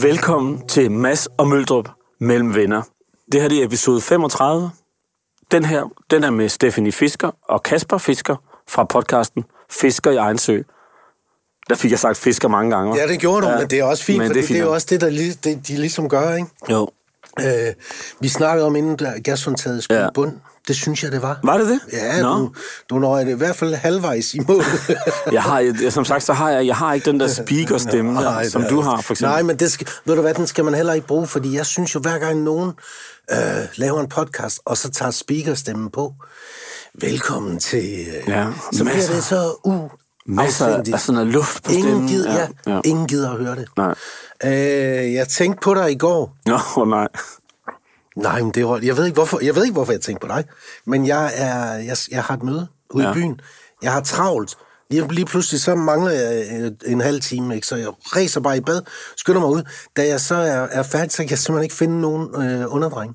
Velkommen til Mads og Møldrup mellem venner. Det her er episode 35. Den er med Stephanie Fisker og Kasper Fisker fra podcasten Fisker i egen sø. Der fik jeg sagt fisker mange gange. Ja, det gjorde du, men det er også fint, for det er jo også det, de ligesom gør, ikke? Jo. Vi snakkede om, inden gashåndtaget skulle i bund. Det synes jeg, det var. Var det det? Ja, du når i hvert fald halvvejs i mål. Som sagt, så har jeg har ikke den der speakerstemme, som du har, for eksempel. Nej, men ved du hvad, den skal man heller ikke bruge, fordi jeg synes jo, hver gang nogen laver en podcast, og så tager speakerstemmen på, velkommen til... så bliver det så masser af sådan noget luft på stemmen. Ingen gider at høre det. Nej. Jeg tænkte på dig i går. Nej. Nej, men jeg ved ikke, hvorfor jeg tænkte på dig. Men jeg har et møde ude i byen. Jeg har travlt. Lige pludselig så mangler jeg en halv time, ikke? Så jeg ræser bare i bad, skynder mig ud. Da jeg så er færdig, så kan jeg simpelthen ikke finde nogen underdreng.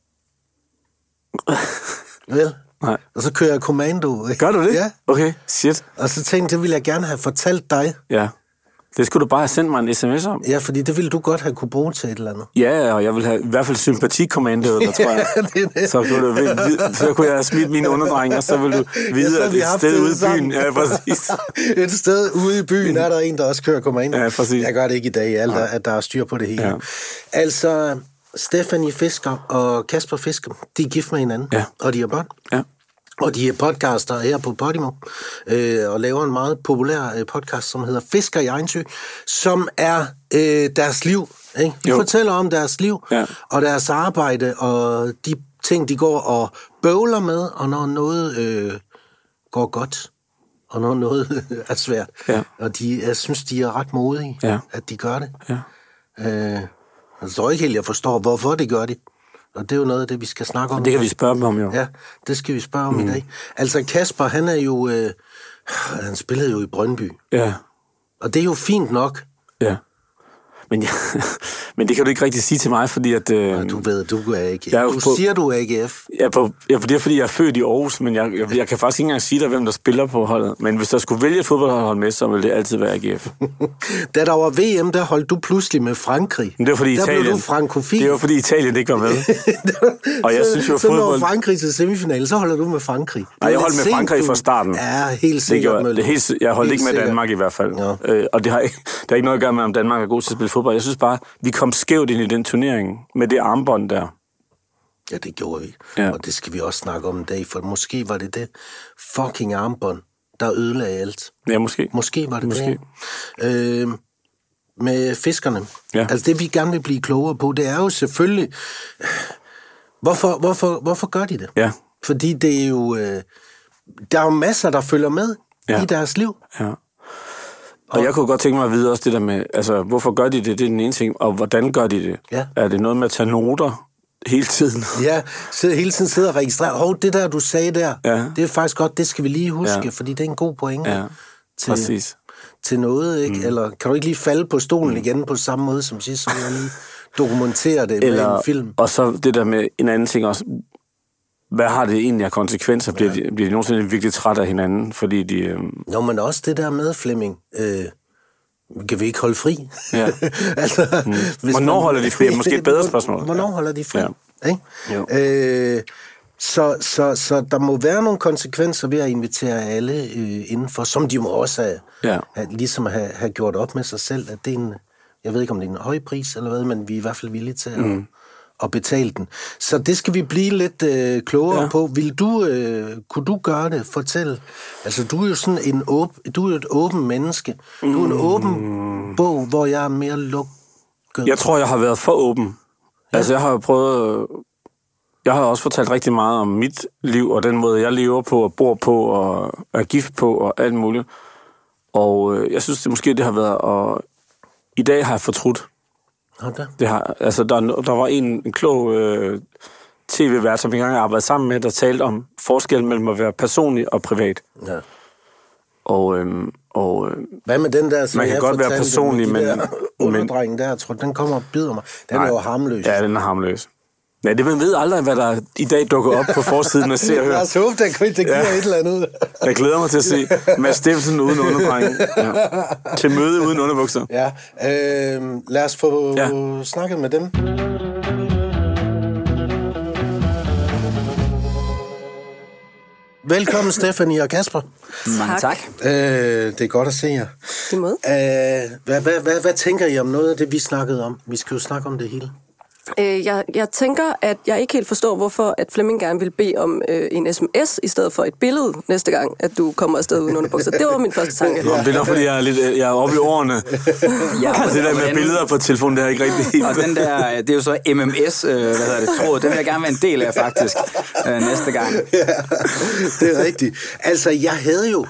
Vel? Nej. Og så kører jeg kommando. Gør du det? Ja. Okay, shit. Og så tænkte jeg, det ville jeg gerne have fortalt dig. Ja. Det skulle du bare have sendt mig en sms om. Ja, fordi det ville du godt have kunne bruge til et eller andet. Ja, og jeg ville have i hvert fald sympatikommandoet, der tror jeg. det. Så kunne jeg have smidt mine underdrenge, og så ville du vide, at et sted ude i byen... Ja, præcis. Et sted ude i byen er der en, der også kører kommando. Ja, præcis. Jeg gør det ikke i dag, at der er styr på det hele. Ja. Altså, Stephanie Fisker og Kasper Fisker, de er gift med hinanden, og de har børn. Ja. Og de er podcaster her på Podimo, og laver en meget populær podcast, som hedder Fisker i egen sø, som er deres liv. Ikke? De fortæller om deres liv, og deres arbejde, og de ting, de går og bøvler med, og når noget går godt, og når noget er svært. Ja. Og jeg synes, de er ret modige, at de gør det. Ja. Jeg tror ikke helt, jeg forstår, hvorfor de gør det. Og det er jo noget af det, vi skal snakke om. Det kan vi spørge dem om, jo. Ja, det skal vi spørge om i dag. Altså, Kasper, han er jo... han spillede jo i Brøndby. Ja. Og det er jo fint nok. Ja. Men det kan du ikke rigtig sige til mig, fordi at... du ved, du er ikke... Du siger, du er AGF. Det er, fordi jeg er født i Aarhus, men jeg kan faktisk ikke engang sige dig, hvem der spiller på holdet. Men hvis der skulle vælge et fodboldhold med, så ville det altid være AGF. Da der var VM, der holdt du pludselig med Frankrig. Men det var fordi der blev du frankofil. Det var fordi Italien ikke var med. Og jeg synes jo, så når Frankrig til semifinalen, så holder du med Frankrig. Nej, jeg holdt med Frankrig fra starten. Ja, helt sikkert. Jeg holdt ikke med Danmark i hvert fald. Ja. Og det har ikke noget at gøre med, om Danmark er god til at spille fodbold. Jeg synes bare, vi kom skævt ind i den turnering med det armbånd der. Ja, det gjorde vi. Ja. Og det skal vi også snakke om en dag, for måske var det fucking armbånd, der ødelagde alt. Ja, måske. Måske var det det. Med fiskerne. Ja. Altså det, vi gerne vil blive klogere på, det er jo selvfølgelig, hvorfor gør de det? Ja. Fordi det er jo, der er jo masser, der følger med i deres liv. Ja. Og jeg kunne godt tænke mig at vide også det der med, altså, hvorfor gør de det? Det er den ene ting. Og hvordan gør de det? Ja. Er det noget med at tage noter hele tiden? Ja, hele tiden sidder og registrerer. Det der, du sagde der, det er faktisk godt, det skal vi lige huske, fordi det er en god pointe til noget, ikke? Eller kan du ikke lige falde på stolen igen på samme måde som sidst, så jeg lige dokumentere det med en film? Og så det der med en anden ting også. Hvad har det egentlig af konsekvenser? Bliver de nogensinde virkelig træt af hinanden, fordi de... Nå, men også det der med, Flemming, kan vi ikke holde fri? Ja. Altså, hvornår holder de fri? Måske et bedre spørgsmål. Hvornår holder de fri? Ja. Ikke? Så der må være nogle konsekvenser ved at invitere alle indenfor, som de må også have gjort op med sig selv, at det er en... Jeg ved ikke, om det er en høj pris eller hvad, men vi er i hvert fald villige til at betale den. Så det skal vi blive lidt klogere på. Kunne du gøre det? Fortæl. Altså, du er jo sådan et åben menneske. Du er en åben bog, hvor jeg er mere lukket. Jeg tror, jeg har været for åben. Ja. Altså, jeg har prøvet... Jeg har også fortalt rigtig meget om mit liv, og den måde, jeg lever på, og bor på, og er gift på, og alt muligt. Og jeg synes, det måske det har været... Og i dag har jeg fortrudt. Okay. Det har, altså, der var en klog tv-vært, som engang arbejdede sammen med, der talte om forskellen mellem at være personlig og privat. Ja. Og hvad med den der, man kan godt være personlig, men underdrengen der, jeg tror, den kommer og bider mig. Den er jo harmløs. Ja, den er harmløs. Nej, det man ved aldrig, hvad der i dag dukker op på forsiden af Se og Hør. Jeg så håber, det giver et eller andet. Jeg glæder mig til at se Mads Steffensen uden underdreng. Ja. Til møde uden underbukser. Ja, lad os få snakket med dem. Velkommen, Stephanie og Kasper. Mange tak. Det er godt at se jer. Det måde. Hvad tænker I om noget af det, vi snakkede om? Vi skal jo snakke om det hele. Jeg tænker, at jeg ikke helt forstår, hvorfor at Flemming gerne vil bede om en sms i stedet for et billede næste gang, at du kommer afsted uden underbukser. Det var min første tanke. Ja. Det er nok, fordi jeg er oppe i årene. Ja, det der med billeder på telefonen, det er ikke rigtigt. Og den der, det er jo så MMS, tråd, den vil jeg gerne være en del af faktisk næste gang. Ja, det er rigtigt. Altså, jeg havde jo,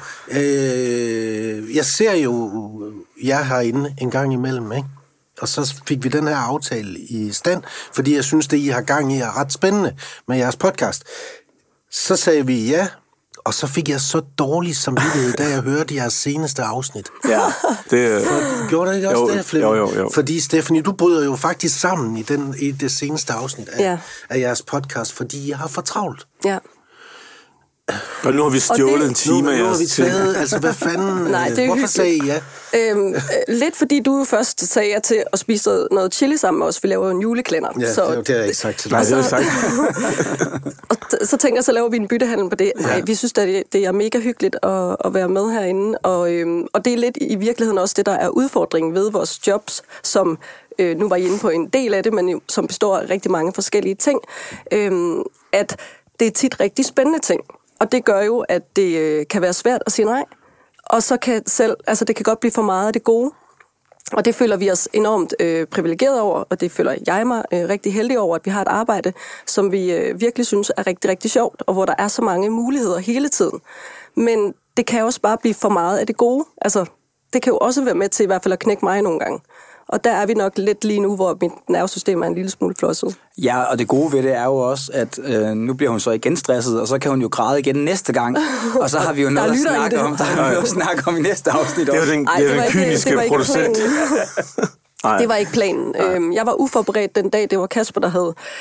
jeg ser jo jer herinde en gang imellem, ikke? Og så fik vi den her aftale i stand, fordi jeg synes, det I har gang i er ret spændende med jeres podcast. Så sagde vi ja, og så fik jeg så dårlig samvittighed, da jeg hørte jeres seneste afsnit. Ja, det... Gjorde det ikke også det, Flemming? Jo. Fordi, Stephanie, du bryder jo faktisk sammen i det seneste afsnit af jeres podcast, fordi jeg har for travlt. Ja. Og nu har vi stjålet en time af jeres... Nu har vi taget, altså hvad fanden... Nej, det er hvorfor sagde I ja? Lidt fordi du jo først sagde ja til at spise noget chili sammen med os. Vi laver en juleklænder. Ja, så, det har jeg ikke sagt til dig. Nej, det har jeg sagt. Og så tænker jeg, så laver vi en byttehandel på det. Nej, vi synes, at det er mega hyggeligt at være med herinde. Og det er lidt i virkeligheden også det, der er udfordringen ved vores jobs, som... nu var I inde på en del af det, men som består af rigtig mange forskellige ting. At det er tit rigtig spændende ting. Og det gør jo, at det kan være svært at sige nej. Og så kan det kan godt blive for meget af det gode. Og det føler vi os enormt privilegeret over, og det føler jeg mig rigtig heldig over, at vi har et arbejde, som vi virkelig synes er rigtig, rigtig sjovt, og hvor der er så mange muligheder hele tiden. Men det kan også bare blive for meget af det gode. Altså, det kan jo også være med til i hvert fald at knække mig nogle gange. Og der er vi nok lidt lige nu, hvor mit nervesystem er en lille smule flosset. Ja, og det gode ved det er jo også, at nu bliver hun så igen stresset, og så kan hun jo græde igen næste gang. Og så har vi jo noget at snakke om. Der har vi jo at snakke om i næste afsnit. Det er den kyniske producent. Det var ikke planen. Jeg var uforberedt den dag, det var Kasper, der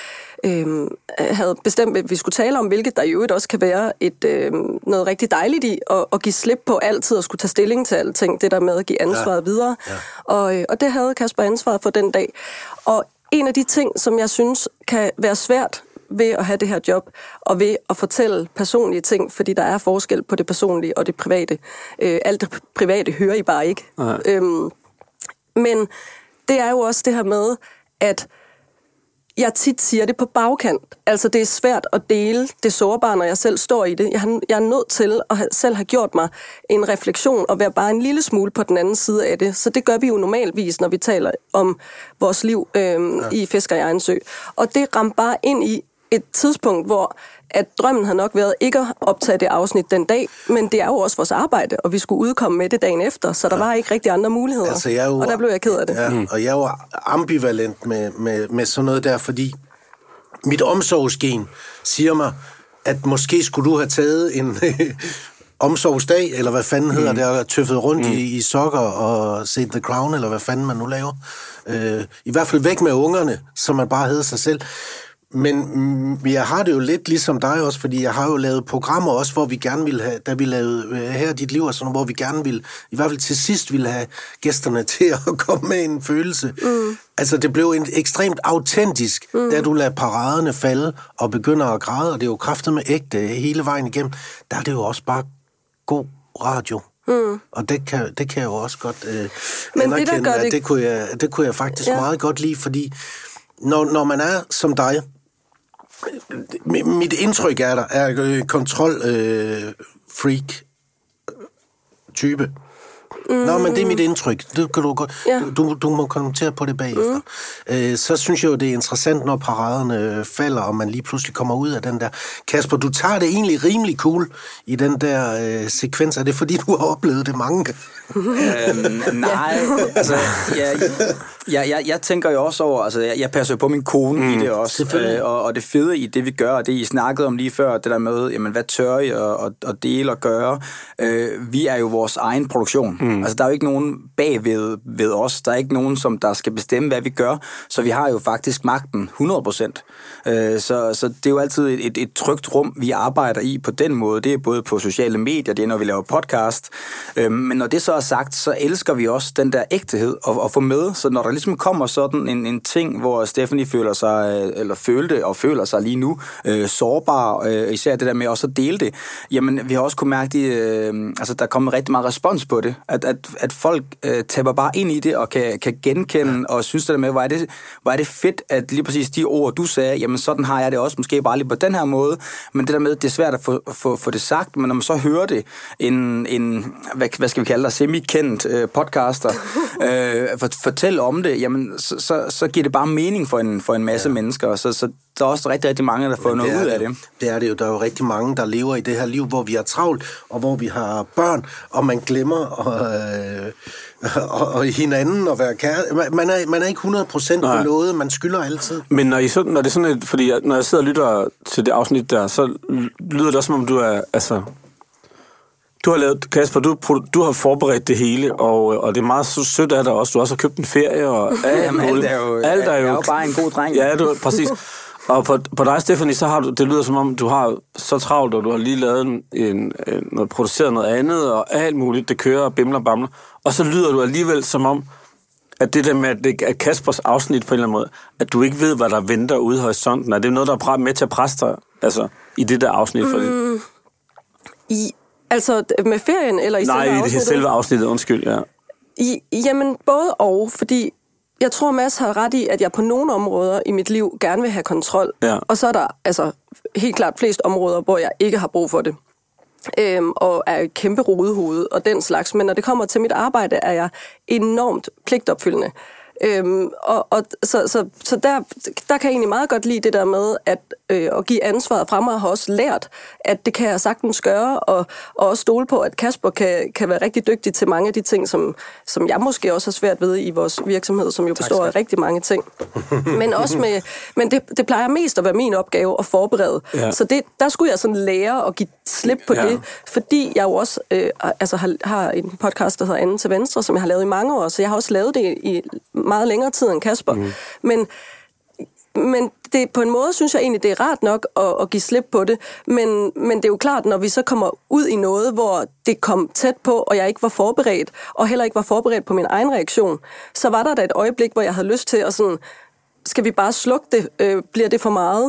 havde bestemt, at vi skulle tale om, hvilket der i øvrigt også kan være noget rigtig dejligt i, at give slip på altid at skulle tage stilling til alting, det der med at give ansvaret videre. Ja. Og det havde Kasper ansvaret for den dag. Og en af de ting, som jeg synes kan være svært ved at have det her job, og ved at fortælle personlige ting, fordi der er forskel på det personlige og det private. Alt det private hører I bare ikke. Men det er jo også det her med, at jeg tit siger det på bagkant. Altså, det er svært at dele det sårbare, når jeg selv står i det. Jeg er nødt til at selv have gjort mig en refleksion og være bare en lille smule på den anden side af det. Så det gør vi jo normalvis, når vi taler om vores liv i Fisker i egen sø. Og det ramte bare ind i et tidspunkt, hvor at drømmen havde nok været ikke at optage det afsnit den dag, men det er jo også vores arbejde, og vi skulle udkomme med det dagen efter, så der var ikke rigtig andre muligheder. Altså, og der blev jeg ked af det. Ja, og jeg var ambivalent med sådan noget der, fordi mit omsorgsgen siger mig, at måske skulle du have taget en omsorgsdag, eller hvad fanden hedder det, og tøffet rundt i sokker og set The Crown, eller hvad fanden man nu laver. I hvert fald væk med ungerne, så man bare hedder sig selv. Men jeg har det jo lidt ligesom dig også, fordi jeg har jo lavet programmer også, hvor vi gerne ville have, da vi lavede Her dit liv og sådan, hvor vi gerne ville, i hvert fald til sidst ville have gæsterne til at komme med en følelse. Altså det blev ekstremt autentisk, da du lader paraderne falde og begynder at græde, og det er jo kraftet med ægte hele vejen igennem. Der er det jo også bare god radio. Og det kan jeg jo også godt anerkende, at det kunne jeg faktisk meget godt lide, fordi når man er som dig, mit indtryk er kontrol-freak type. Nå, men det er mit indtryk. Du må kommentere på det bagefter. Så synes jeg jo, det er interessant, når paraderne falder, og man lige pludselig kommer ud af den der. Kasper, du tager det egentlig rimelig cool i den der sekvens. Er det fordi, du har oplevet det mange gange? Nej, altså, jeg tænker jo også over, altså, jeg passer jo på min kone i det også, og det fede i det, vi gør, og det, I snakkede om lige før, det der med, jamen, hvad tør I at dele og gøre? Vi er jo vores egen produktion. Altså, der er jo ikke nogen bagved ved os. Der er ikke nogen, som der skal bestemme, hvad vi gør, så vi har jo faktisk magten 100%. Så det er jo altid et trygt rum, vi arbejder i på den måde. Det er både på sociale medier, det er, når vi laver podcast. Men når det så er sagt, så elsker vi også den der ægtehed at få med. Så når der ligesom kommer sådan en ting, hvor Stephanie føler sig, eller følte og føler sig lige nu, sårbar, især det der med også at dele det, jamen vi har også kunnet mærke, altså der er kommet rigtig meget respons på det. At folk tapper bare ind i det og kan genkende og synes det der med, hvor er det fedt, at lige præcis de ord, du sagde, jamen sådan har jeg det også, måske bare lige på den her måde, men det der med, det er svært at få det sagt, men når man så hører det, hvad skal vi kalde det, semi-kendt podcaster, fortælle om det, jamen så giver det bare mening for en masse mennesker, så der er også rigtig, rigtig mange, der får noget ud af det. Det er det jo. Der er jo rigtig mange, der lever i det her liv, hvor vi har travlt, og hvor vi har børn, og man glemmer og hinanden og være kære. Man er ikke 100% på noget, man skylder altid. Men når det er sådan et, fordi når jeg sidder og lytter til det afsnit der, så lyder det også, som om du er, altså... Du har lavet, Kasper, du har forberedt det hele, og det er meget så sødt af dig også. Du har også købt en ferie og alt muligt. Alt er jo bare en god dreng. Ja, præcis. Og på dig, Stephanie, så har du, det lyder som om, du har så travlt, og du har lige lavet produceret noget andet, og alt muligt, det kører og bimler og bamler. Og så lyder du alligevel som om, at det der med, at det er Kaspers afsnit på en eller anden måde, at du ikke ved, hvad der venter ude i horisonten. Er det noget, der er med til at presse dig, altså, i det der afsnit for det? Altså med ferien, eller i selve afsnittet? Nej, i det selve afsnittet, undskyld, ja. Jamen, både og, fordi jeg tror, Mads har ret i, at jeg på nogle områder i mit liv gerne vil have kontrol. Ja. Og så er der altså helt klart flest områder, hvor jeg ikke har brug for det. Og er et kæmpe rodehoved og den slags. Men når det kommer til mit arbejde, er jeg enormt pligtopfyldende. Så der kan jeg egentlig meget godt lide det der med at give ansvaret fra mig, og har også lært, at det kan jeg sagtens gøre, og også stole på, at Kasper kan være rigtig dygtig til mange af de ting, som jeg måske også har svært ved i vores virksomhed, som jo består af rigtig mange ting. Men det plejer mest at være min opgave at forberede. Ja. Så der skulle jeg sådan lære at give slip på det, fordi jeg jo også har en podcast, der hedder Anden til Venstre, som jeg har lavet i mange år, så jeg har også lavet det i meget længere tid end Kasper. Men det, på en måde synes jeg egentlig, det er rart nok at give slip på det. Men det er jo klart, når vi så kommer ud i noget, hvor det kom tæt på, og jeg ikke var forberedt, og heller ikke var forberedt på min egen reaktion, så var der da et øjeblik, hvor jeg havde lyst til at sådan, skal vi bare slukke det? Bliver det for meget?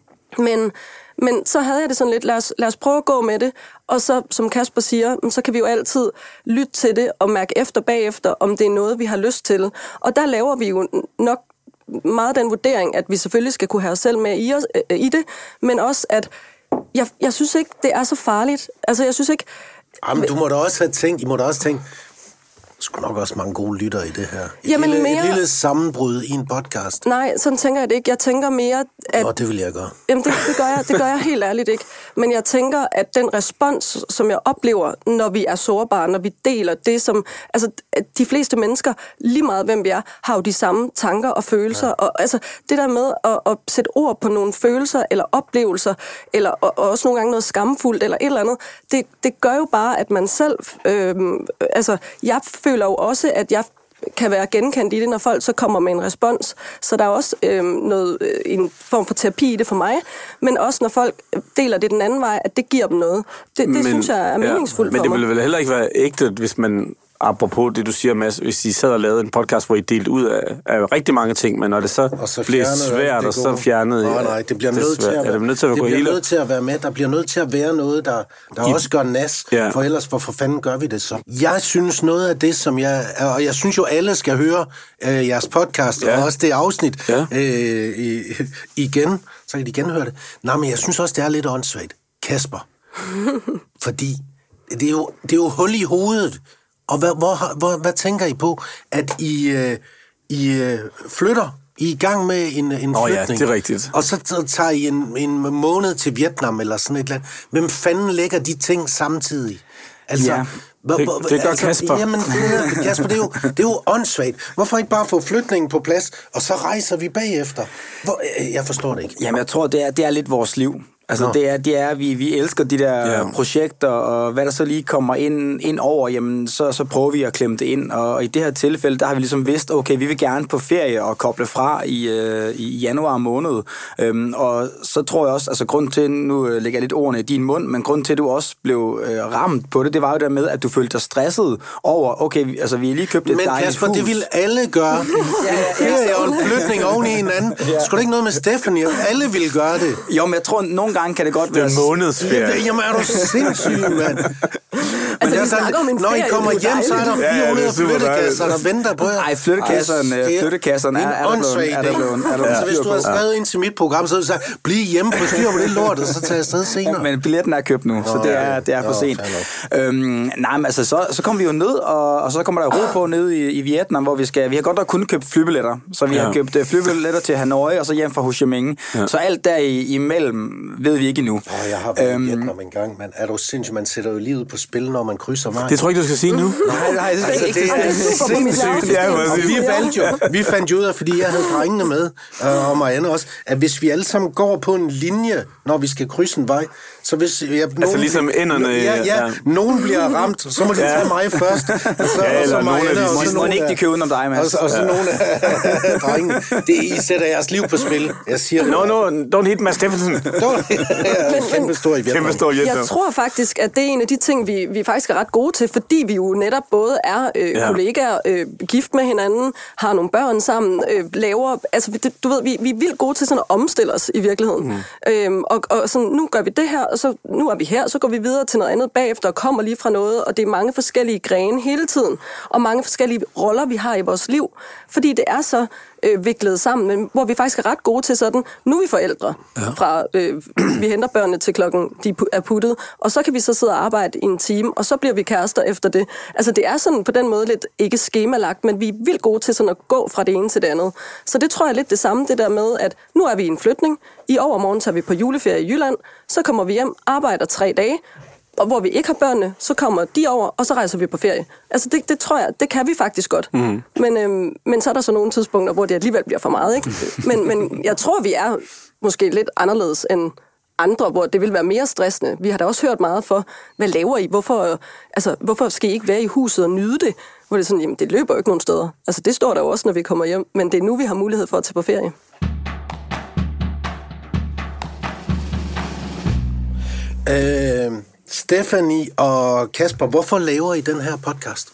Men så havde jeg det sådan lidt, lad os prøve at gå med det, og så, som Kasper siger, så kan vi jo altid lytte til det og mærke efter bagefter, om det er noget, vi har lyst til. Og der laver vi jo nok meget den vurdering, at vi selvfølgelig skal kunne have os selv med i det, men også, at jeg synes ikke, det er så farligt. Altså, jeg synes ikke... Jamen, du må da også have tænkt, sgu nok også mange gode lyttere i det her. Et lille sammenbrud i en podcast. Nej, sådan tænker jeg det ikke. Jeg tænker mere, at... det vil jeg gøre. Jamen, det gør jeg helt ærligt ikke. Men jeg tænker, at den respons, som jeg oplever, når vi er sårbare, når vi deler det, som... Altså, de fleste mennesker, lige meget hvem vi er, har jo de samme tanker og følelser. Ja. Og altså, det der med at sætte ord på nogle følelser eller oplevelser, eller og også nogle gange noget skamfuldt eller et eller andet, det gør jo bare, at man selv... jeg føler jo også, at jeg kan være genkendt i det, når folk så kommer med en respons. Så der er også en form for terapi i det for mig, men også når folk deler det den anden vej, at det giver dem noget. Det synes jeg er meningsfuldt for mig. Men det ville vel heller ikke være ægte, hvis man... Apropos det, du siger, Mads, hvis I sad og lavede en podcast, hvor I delte ud af rigtig mange ting, men når det så bliver svært, og så fjernet... Nej, det bliver nødt til at være med. Der bliver nødt til at være noget, der også gør nas, for ellers hvorfor fanden gør vi det så? Jeg synes noget af det, som og jeg synes jo, alle skal høre jeres podcast, og også det afsnit igen, så kan de igen høre det. Nej, men jeg synes også, det er lidt åndssvagt. Kasper. Fordi det er jo hul i hovedet. Og hvad tænker I på, at I flytter? I er i gang med en flytning. Ja, det er rigtigt. Og så tager I en måned til Vietnam eller sådan et eller andet. Hvem fanden lægger de ting samtidig? Altså, Det gør Kasper. Jamen, Kasper, det er jo åndssvagt. Hvorfor ikke bare få flytningen på plads, og så rejser vi bagefter? Jeg forstår det ikke. Jamen, jeg tror, det er lidt vores liv. Altså, det er vi elsker de der projekter, og hvad der så lige kommer ind over, jamen, så prøver vi at klemme det ind. Og i det her tilfælde, der har vi ligesom vidst, okay, vi vil gerne på ferie og koble fra i januar måned. Og så tror jeg også, altså grund til, nu lægger jeg lidt ordene i din mund, men grund til, at du også blev ramt på det var jo der med, at du følte dig stresset over, okay, altså vi har lige købt et dejligt hus. Men Kasper, det vil alle gøre. En ferie og en flytning oven i hinanden. Skulle det ikke noget med Stephanie? Alle ville gøre det. Jo, men jeg tror, nogle gange kan det godt være... Det er en månedsferie. Jamen, er du sindssyg, mand? Altså, vi snakker om en ferie. Når I kommer hjem, så er der 400 flyttekasser, der venter på jer. Ej, flyttekasserne er der blevet. Altså, hvis du har skrevet ind til mit program, så har du sagt, bliv hjemme på styr på det lort, og så tager jeg afsted senere. Men billetten er købt nu, så det er for sent. Nej, men altså, så kommer vi jo ned, og så kommer der ro på nede i Vietnam, hvor vi har godt nok kun købt flybilletter. Så vi har købt flybilletter til Hanoi, og så hjem fra Ho Chi Minh. Så alt der imellem ved vi ikke endnu. Jeg har været i Vietnam en gang, men er du sindssygt, man sætter jo livet på spil, når man krydser vejen. Det tror jeg ikke, du skal sige nu. Nej, det er ikke sindssygt. Vi fandt jo ud af, fordi jeg havde drengene med, og Marianne også, at hvis vi alle sammen går på en linje, når vi skal krydse en vej, så hvis... Altså ligesom enderne... Ja, nogen bliver ramt, så må de tage mig først. Og så Marianne, og så nogen ikke de køber uden om dig, Mads. Og så nogle af drengene. I sætter jeres liv på spil. Jeg siger det. No, don't hit Mads Steffensen. Kæmpe stor i Vietnam. Jeg tror faktisk, at det er en af de ting, vi faktisk er ret gode til, fordi vi jo netop både er kollegaer, gift med hinanden, har nogle børn sammen, laver... Altså, du ved, vi er vildt gode til sådan at omstille os i virkeligheden. Og sådan, nu gør vi det her, og så nu er vi her, så går vi videre til noget andet bagefter, og kommer lige fra noget, og det er mange forskellige grene hele tiden, og mange forskellige roller, vi har i vores liv, fordi det er så viklet sammen, men hvor vi faktisk er ret gode til sådan, nu er vi forældre, fra vi henter børnene til klokken, de er puttet, og så kan vi så sidde og arbejde i en time, og så bliver vi kærester efter det. Altså det er sådan på den måde lidt ikke skemalagt, men vi er vildt gode til sådan at gå fra det ene til det andet. Så det tror jeg lidt det samme, det der med, at nu er vi i en flytning, i overmorgen tager vi på juleferie i Jylland, så kommer vi hjem, arbejder 3 dage, og hvor vi ikke har børnene, så kommer de over, og så rejser vi på ferie. Altså det tror jeg, det kan vi faktisk godt. Mm. Men så er der så nogle tidspunkter, hvor det alligevel bliver for meget, ikke? Men jeg tror, vi er måske lidt anderledes end andre, hvor det vil være mere stressende. Vi har da også hørt meget for, hvad laver I? Hvorfor skal I ikke være i huset og nyde det? Hvor det er sådan, jamen det løber jo ikke nogen steder. Altså det står der jo også, når vi kommer hjem, men det er nu, vi har mulighed for at tage på ferie. Stephanie og Kasper, hvorfor laver I den her podcast?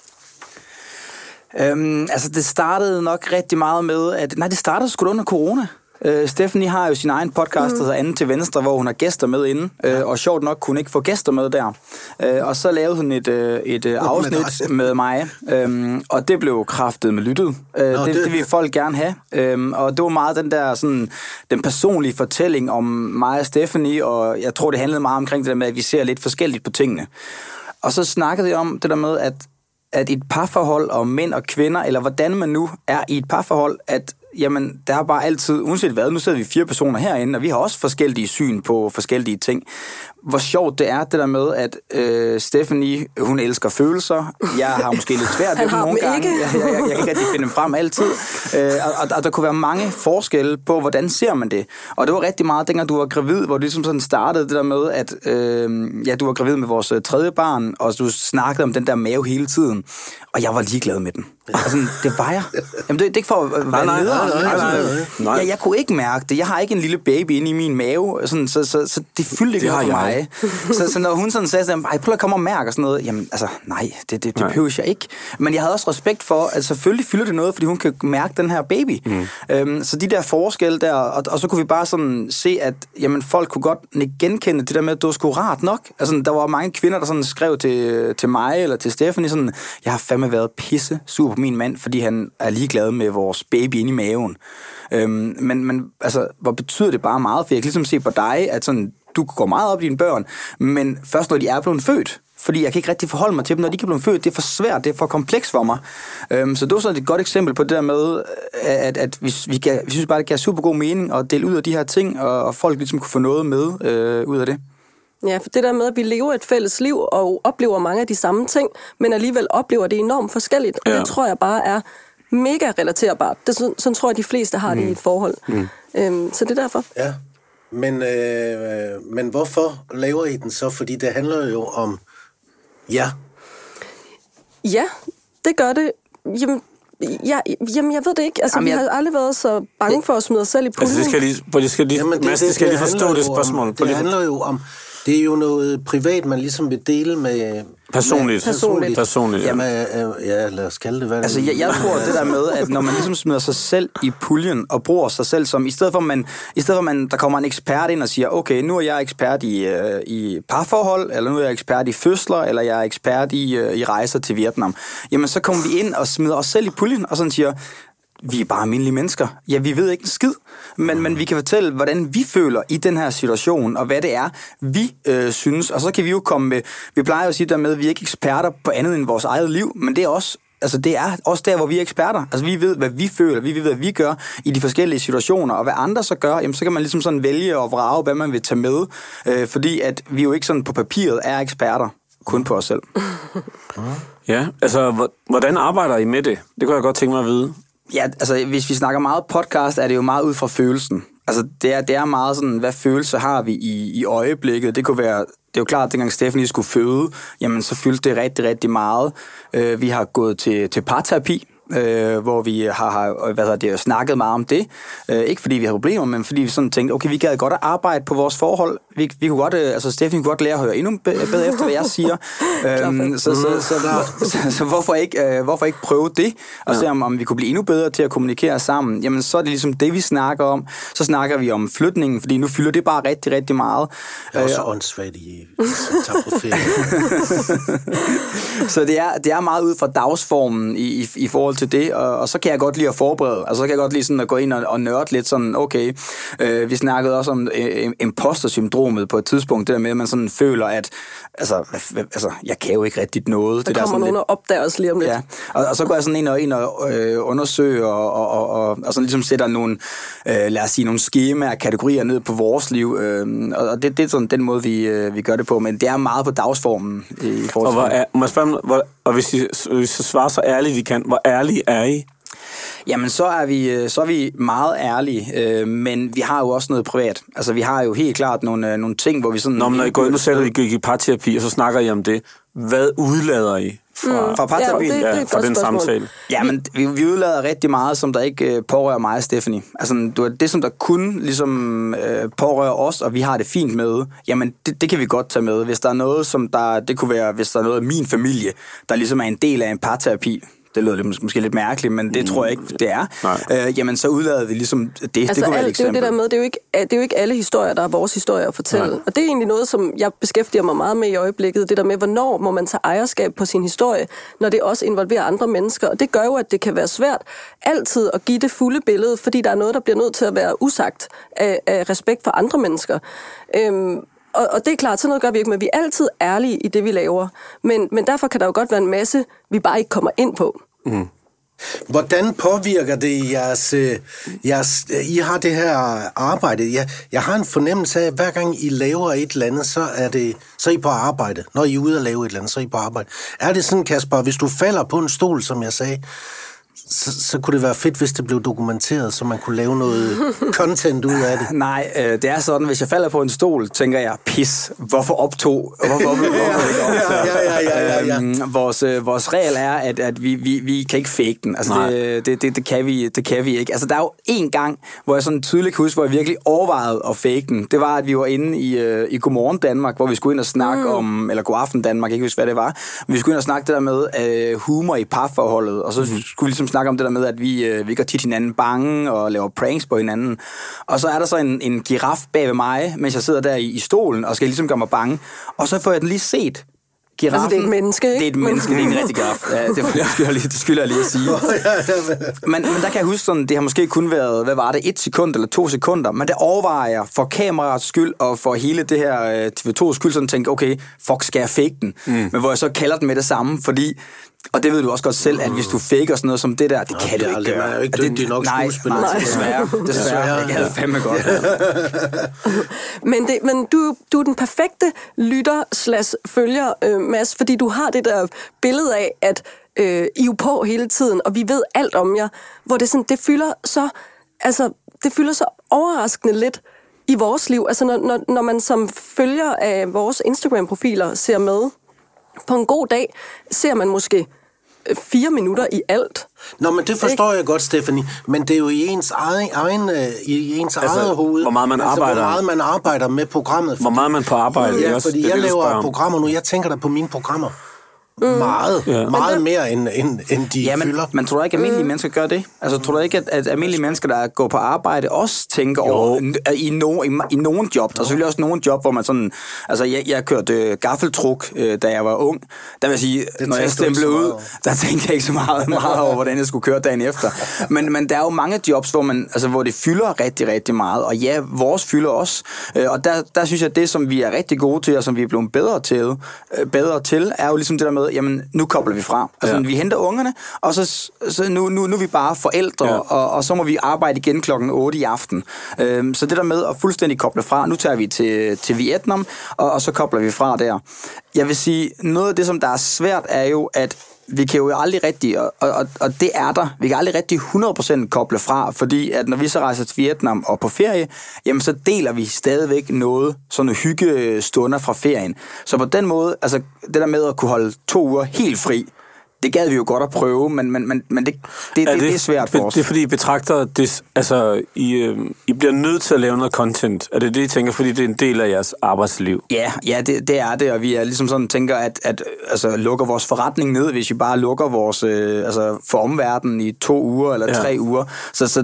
Altså, det startede nok rigtig meget med, at... Nej, det startede sgu under corona. Stephanie har jo sin egen podcast, der hedder Anden til Venstre, hvor hun har gæster med inde, og sjovt nok kunne ikke få gæster med der. Og så lavede hun et afsnit med mig, og det blev kraftet med lyttet. Det vil folk gerne have. Og det var meget den der sådan, den personlige fortælling om mig og Stephanie, og jeg tror, det handlede meget omkring det der med, at vi ser lidt forskelligt på tingene. Og så snakkede jeg om det der med, at et parforhold og mænd og kvinder, eller hvordan man nu er i et parforhold, at jamen, der er bare altid, uanset hvad, nu sidder vi 4 personer herinde, og vi har også forskellige syn på forskellige ting. Hvor sjovt det er, det der med, at Stephanie, hun elsker følelser. Jeg har måske lidt svært ved dem nogle gange. Jeg kan ikke rigtig finde dem frem altid. Og der kunne være mange forskelle på, hvordan ser man det. Og det var rigtig meget, dengang du var gravid, hvor det ligesom sådan startede det der med, at du var gravid med vores 3. barn, og du snakkede om den der mave hele tiden. Og jeg var ligeglad med den. Altså, det var jeg. Jamen, det er ikke for at være nej. Jeg kunne ikke mærke det. Jeg har ikke en lille baby inde i min mave, sådan, så det fyldte ikke noget for mig. Så når hun sådan sagde, prøv at komme og mærke og sådan noget, jamen altså, nej, det behøver jeg ikke. Men jeg havde også respekt for, at selvfølgelig fylder det noget, fordi hun kan mærke den her baby. Så de der forskelle der, og så kunne vi bare sådan se, at jamen, folk kunne godt genkende det der med, at det var sgu rart nok. Altså, der var mange kvinder, der sådan skrev til mig eller til Stephanie sådan, jeg har fandme været pisse sur på min mand, fordi han er ligeglad med vores baby inde i maven. Men altså, hvor betyder det bare meget? For jeg kan ligesom se på dig, at sådan, du går meget op i dine børn, men først når de er blevet født, fordi jeg kan ikke rigtig forholde mig til dem, når de ikke er blevet født. Det er for svært, det er for kompleks for mig. Så det var sådan et godt eksempel på det der med, at vi synes bare, det gav super god mening at dele ud af de her ting, og folk ligesom kunne få noget med ud af det. Ja, for det der med, at vi lever et fælles liv og oplever mange af de samme ting, men alligevel oplever det enormt forskelligt. Og det tror jeg bare er mega relaterbart. Sådan tror jeg, de fleste har det i et forhold. Så det er derfor. Ja, men hvorfor laver I den så? Fordi det handler jo om Ja, det gør det. Jamen, jeg ved det ikke. Altså, vi har aldrig været så bange for at smide os selv i puljen. Altså, det skal lige forstå det spørgsmål. Det handler jo om, det er jo noget privat, man ligesom vil dele med... Personligt. Jamen, ja, lad os kalde det, hvad altså, jeg tror det der med, at når man ligesom smider sig selv i puljen og bruger sig selv som, i stedet for der kommer en ekspert ind og siger, okay, nu er jeg ekspert i parforhold, eller nu er jeg ekspert i fødsler, eller jeg er ekspert i rejser til Vietnam. Jamen, så kommer vi ind og smider os selv i puljen, og sådan siger, vi er bare almindelige mennesker. Ja, vi ved ikke en skid, men vi kan fortælle, hvordan vi føler i den her situation, og hvad det er, vi synes. Og så kan vi jo komme med, vi plejer jo at sige dermed, at vi er ikke eksperter på andet end vores eget liv, men det er også, altså det er også der, hvor vi er eksperter. Altså vi ved, hvad vi føler, vi ved, hvad vi gør i de forskellige situationer, og hvad andre så gør, jamen så kan man ligesom sådan vælge og vrage, hvad man vil tage med, fordi at vi jo ikke sådan på papiret er eksperter, kun på os selv. Ja, altså hvordan arbejder I med det? Det kunne jeg godt tænke mig at vide. Ja, altså hvis vi snakker meget podcast, er det jo meget ud fra følelsen. Altså det er meget sådan, hvad følelse har vi i øjeblikket. Det kunne være, det er jo klart, at dengang Stephanie skulle føde, jamen så fyldte det rigtig, rigtig meget. Vi har gået til parterapi, hvor vi har snakket meget om det. Ikke fordi vi har problemer, men fordi vi sådan tænkte, okay, vi gad godt at arbejde på vores forhold. Vi kunne godt, altså Stephanie kunne godt lære at høre endnu bedre efter, hvad jeg siger. Så hvorfor ikke prøve det, og se om vi kunne blive endnu bedre til at kommunikere sammen. Jamen så er det ligesom det, vi snakker om. Så snakker vi om flytningen, fordi nu fylder det bare rigtig, rigtig meget. Det er også åndssvagt i tager på ferie. Så det er meget ud fra dagsformen i forhold til det, og så kan jeg godt lide at forberede. Altså så kan jeg godt lide sådan at gå ind og nørde lidt sådan, okay, vi snakkede også om imposter-syndromet på et tidspunkt, det der med, at man sådan føler, at altså jeg kan jo ikke rigtigt noget. Der kommer nogen og opdager os lige om lidt. Ja, og så går jeg sådan ind og undersøger og sådan ligesom sætter nogle, lad os sige, nogle skemaer, kategorier ned på vores liv, og det er sådan den måde, vi gør det på, men det er meget på dagsformen i forhold til. Og hvis I svarer så ærligt, I kan, hvor ærlige er I? Jamen, så er vi meget ærlige, men vi har jo også noget privat. Altså, vi har jo helt klart nogle ting, hvor vi sådan... Når I går ind og sætter I parterapi, og så snakker I om det. Hvad udlader I fra parterapien? Fra den samtale? Jamen, vi udlader rigtig meget, som der ikke pårører mig og Stephanie. Altså, det som der kun ligesom pårører os, og vi har det fint med, jamen, det kan vi godt tage med. Hvis der er noget, det kunne være, hvis der er noget af min familie, der ligesom er en del af en parterapi, det lyder måske lidt mærkeligt, men det tror jeg ikke, det er. Jamen, så udlader vi ligesom det. Altså, det kunne være et eksempel. Det er jo det der med, det er jo ikke alle historier, der er vores historier at fortælle. Nej. Og det er egentlig noget, som jeg beskæftiger mig meget med i øjeblikket. Det der med, hvornår må man tage ejerskab på sin historie, når det også involverer andre mennesker. Og det gør jo, at det kan være svært altid at give det fulde billede, fordi der er noget, der bliver nødt til at være usagt af respekt for andre mennesker. Og det er klart, sådan noget gør vi ikke, men vi er altid ærlige i det, vi laver. Men derfor kan der jo godt være en masse, vi bare ikke kommer ind på. Mm. Hvordan påvirker det jeres... I har det her arbejde. Jeg har en fornemmelse af, at hver gang I laver et eller andet, så er I på arbejde. Når I er ude og lave et eller andet, så er I på arbejde. Er det sådan, Kasper, hvis du falder på en stol, som jeg sagde, så kunne det være fedt, hvis det blev dokumenteret, så man kunne lave noget content ud af det. Nej, det er sådan, hvis jeg falder på en stol, tænker jeg, pis, hvorfor optog? Hvorfor Vores regel er, at vi kan ikke fake den. Altså, det kan vi ikke. Altså, der er jo en gang, hvor jeg sådan tydeligt kan huske, hvor jeg virkelig overvejede at fake den. Det var, at vi var inde i Godmorgen Danmark, hvor vi skulle ind og snakke om, eller Godaften Danmark, ikke huske, hvad det var. Men vi skulle ind og snakke det der med humor i parforholdet, og så skulle vi ligesom snakke om det der med, at vi gør tit hinanden bange og laver pranks på hinanden. Og så er der så en giraf bag ved mig, mens jeg sidder der i stolen og skal ligesom gøre mig bange. Og så får jeg den lige set. Giraffen, altså, det er et menneske, ikke? Det er et menneske, det er en rigtig giraf. Ja, det skylder jeg lige at sige. Men der kan jeg huske sådan, det har måske kun været, hvad var det, 1 sekund eller 2 sekunder, men det overvejer jeg for kameraets skyld og for hele det her TV2's skyld, sådan tænker, okay, fuck, skal jeg fake den? Men hvor jeg så kalder den med det samme, fordi Og det ved du også godt selv, at hvis du faker sådan noget som det der, det kan du ikke gøre. Man er jo ikke dygtig nok skuespiller. Nej, desværre. Jeg kan fandme godt. Men du er den perfekte lytter/følger, Mads, fordi du har det der billede af, at I er jo på hele tiden, og vi ved alt om jer, hvor det sådan, det fylder så overraskende lidt i vores liv. Altså når man som følger af vores Instagram-profiler ser med, på en god dag ser man måske 4 minutter i alt. Nå, men det forstår jeg godt, Stephanie. Men det er jo i ens eget hoved. Hvor meget man arbejder. Hvor meget man arbejder med programmet. Hvor meget man på arbejde. Ja, fordi jeg laver programmer nu. Jeg tænker da på mine programmer. Meget mere end de fylder. Men tror du ikke, at almindelige mennesker gør det? Altså, tror du ikke, at almindelige mennesker, der går på arbejde, også tænker over i nogle job? Der er selvfølgelig også nogle job, hvor man sådan... Altså, jeg kørte gaffeltruk, da jeg var ung. Der vil jeg sige, når jeg stemplede ud, der tænkte jeg ikke så meget over, hvordan jeg skulle køre dagen efter. Men der er jo mange jobs, hvor det fylder rigtig, rigtig meget. Og ja, vores fylder også. Og der synes jeg, at det, som vi er rigtig gode til, og som vi er blevet bedre til, er jo ligesom det der med, jamen, nu kobler vi fra. Altså, vi henter ungerne, og så nu er vi bare forældre, og så må vi arbejde igen 8:00 i aften. Så det der med at fuldstændig koble fra, nu tager vi til Vietnam, og så kobler vi fra der. Jeg vil sige, noget af det, som der er svært, er jo, at vi kan jo aldrig rigtig, og det er der, vi kan aldrig rigtig 100% koble fra, fordi at når vi så rejser til Vietnam og på ferie, jamen så deler vi stadigvæk noget, sådan nogle hyggestunder fra ferien. Så på den måde, altså det der med at kunne holde 2 uger helt fri, det gad vi jo godt at prøve, men det er svært for os. Det er fordi, I betragter det, altså, I bliver nødt til at lave noget content. Er det det, I tænker, fordi det er en del af jeres arbejdsliv? Ja, det er det, og vi er ligesom sådan tænker, at altså, lukker vores forretning ned, hvis vi bare lukker vores for omverdenen i 2 uger eller 3 uger. Så